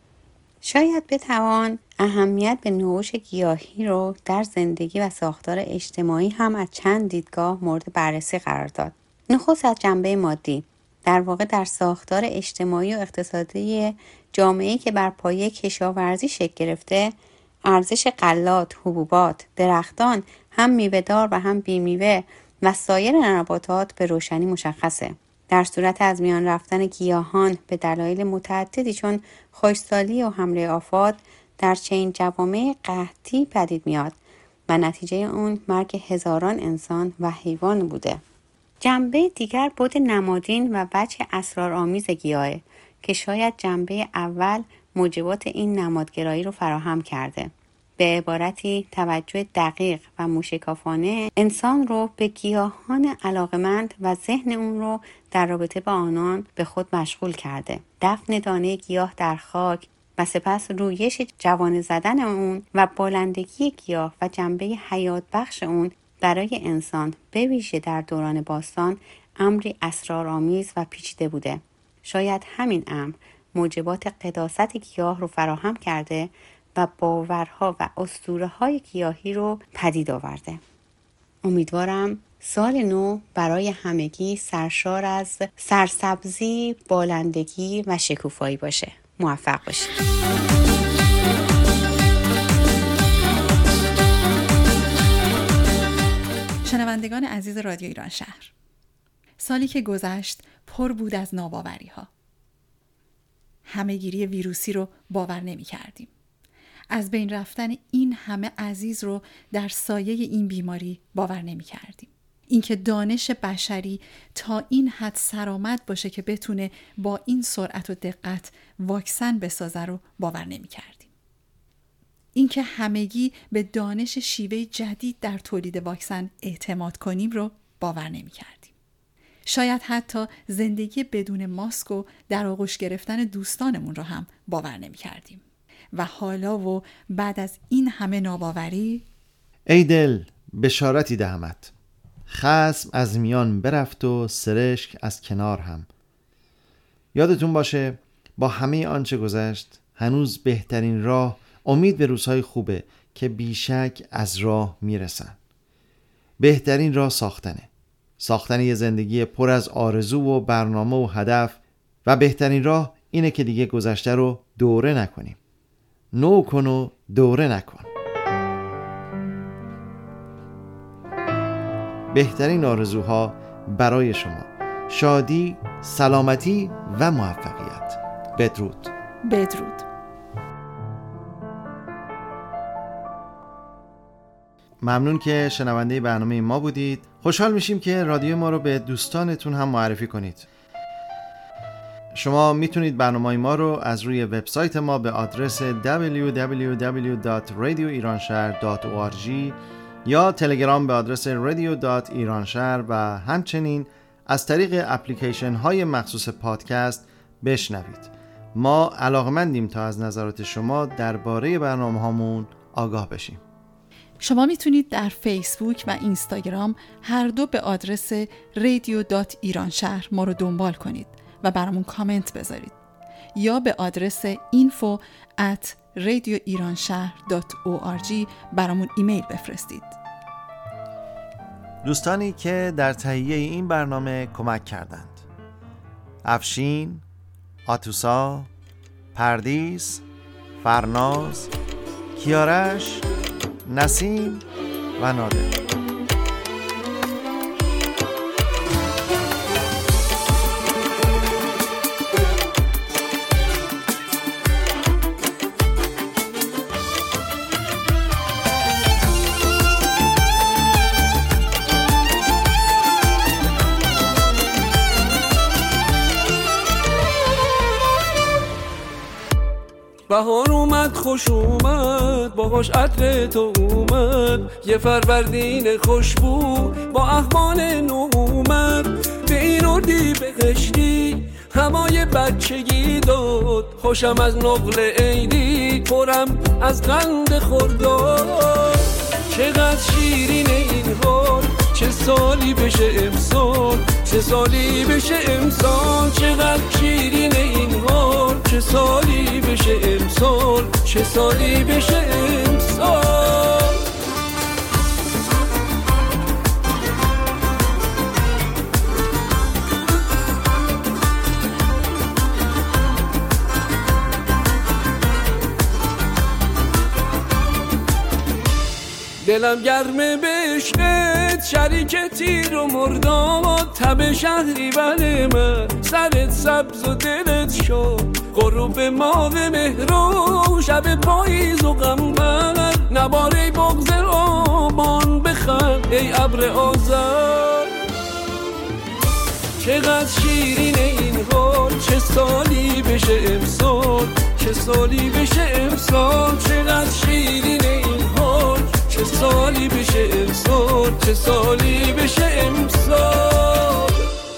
K: شاید بتوان اهمیت به نقوش گیاهی رو در زندگی و ساختار اجتماعی هم از چند دیدگاه مورد بررسی قرار داد. نخست از جنبه مادی، در واقع در ساختار اجتماعی و اقتصادی جامعه‌ای که بر پایه کشاورزی شکل گرفته، ارزش غلات، حبوبات، درختان هم میوه‌دار و هم بی‌میوه و سایر نباتات به روشنی مشخصه. در صورت از میان رفتن گیاهان به دلایل متعددی چون خشکسالی و حمله آفات در چنین جوامع قحطی پدید میاد و نتیجه اون مرگ هزاران انسان و حیوان بوده. جنبه دیگر بود نمادین و وجه اسرارآمیز گیاهه که شاید جنبه اول موجبات این نمادگرایی رو فراهم کرده. به عبارتی توجه دقیق و موشکافانه انسان رو به گیاهان علاقمند و ذهن اون رو در رابطه با آنان به خود مشغول کرده. دفن دانه گیاه در خاک و سپس رویش جوانه زدن اون و بالندگی گیاه و جنبه حیات بخش اون برای انسان به ویژه در دوران باستان امری اسرارآمیز و پیچیده بوده. شاید همین امر موجبات قداست گیاه رو فراهم کرده و باورها و اسطوره‌های گیاهی رو پدید آورده. امیدوارم سال نو برای همگی سرشار از سرسبزی، بالندگی و شکوفایی باشه. موفق باشید.
A: شنوندگان عزیز رادیو ایران شهر، سالی که گذشت پر بود از ناباوری ها. همهگیری ویروسی رو باور نمی کردیم. از بین رفتن این همه عزیز رو در سایه این بیماری باور نمی کردیم. اینکه دانش بشری تا این حد سرآمد باشه که بتونه با این سرعت و دقت واکسن بسازه رو باور نمی کردیم. اینکه همگی به دانش شیوه جدید در تولید واکسن اعتماد کنیم رو باور نمی کردیم. شاید حتی زندگی بدون ماسک و در آغوش گرفتن دوستانمون رو هم باور نمی کردیم. و حالا و بعد از این همه ناباوری،
B: ای دل بشارتی دهمت، خصم از میان برفت و سرشک از کنار هم. یادتون باشه با همه آنچه گذشت هنوز بهترین راه امید به روزهای خوبه که بیشک از راه میرسن. بهترین راه ساختن یه زندگی پر از آرزو و برنامه و هدف، و بهترین راه اینه که دیگه گذشته رو دوره نکنیم. نو کن و دوره نکن. بهترین آرزوها برای شما: شادی، سلامتی و موفقیت. بدرود.
A: بدرود.
B: ممنون که شنونده برنامه ما بودید. خوشحال میشیم که رادیو ما رو به دوستانتون هم معرفی کنید. شما میتونید برنامه ما رو از روی وبسایت ما به آدرس www.radioiranshahr.org یا تلگرام به آدرس radio.iranshahr و همچنین از طریق اپلیکیشن های مخصوص پادکست بشنوید. ما علاقمندیم تا از نظرات شما درباره برنامه هامون آگاه بشیم.
A: شما میتونید در فیسبوک و اینستاگرام هر دو به آدرس radio.iranshahr ما رو دنبال کنید و برامون کامنت بذارید، یا به آدرس info@radioiranshahr.org برامون ایمیل بفرستید.
B: دوستانی که در تهیه این برنامه کمک کردند: افشین، آتوسا، پردیس، فرناز، کیارش، نسیم و نادر.
L: بهار اومد خوش اومد، باهاش عطر تو اومد، یه فروردین خوشبو با احوال نو اومد. به این اردی بهشتی هوای بچگی داد، خوشم از نقل عیدی پرم از قند خرداد. چقدر شیرین این حال، چه سالی بشه امسال، چه سالی بشه امسال. چقدر شیرین این حال، چه سالی بشه امسال، چه سالی بشه امسال. دلم گرمه بشقت، شریک تیر و مرداد، تب شهری بله من، سرت سبز و دلت شد، غروب ماه مهرو، شب پاییز و غمبر، نباره بغض آبان بخند ای ابر آذر. چقدر شیرین این حال، چه سالی بشه امسال، چه سالی بشه امسال. چقدر شیرین این حال، چه سالی بشه امسال، چه سالی بشه امسال.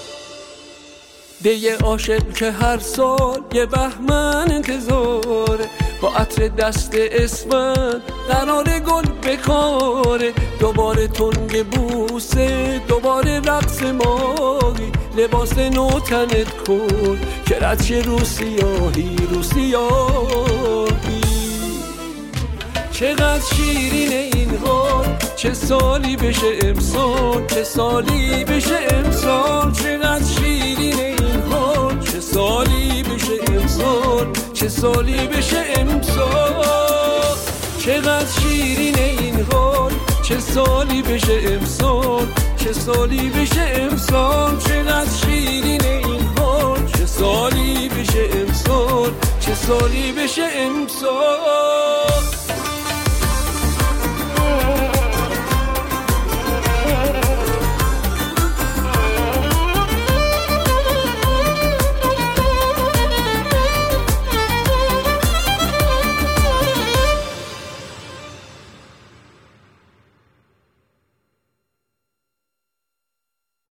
L: دیگه عاشق که هر سال یه بهمن انتظاره، با عطر دست اسفند قرار گل بکاره. دوباره تنگ بوسه، دوباره رقص ماهی، لباس نو تنت کن که رد شه رو سیاهی، رو سیاهی. چقدر شیرین این حال، چه سالی بشه امسال، چه سالی بشه امسال. چقدر شیرین این حال، چه سالی بشه امسال، چه سالی بشه امسال. چقدر شیرین این حال، چه سالی بشه امسال، چه سالی بشه امسال، چقدر شیرین این حال، چه سالی بشه امسال، چه سالی بشه امسال.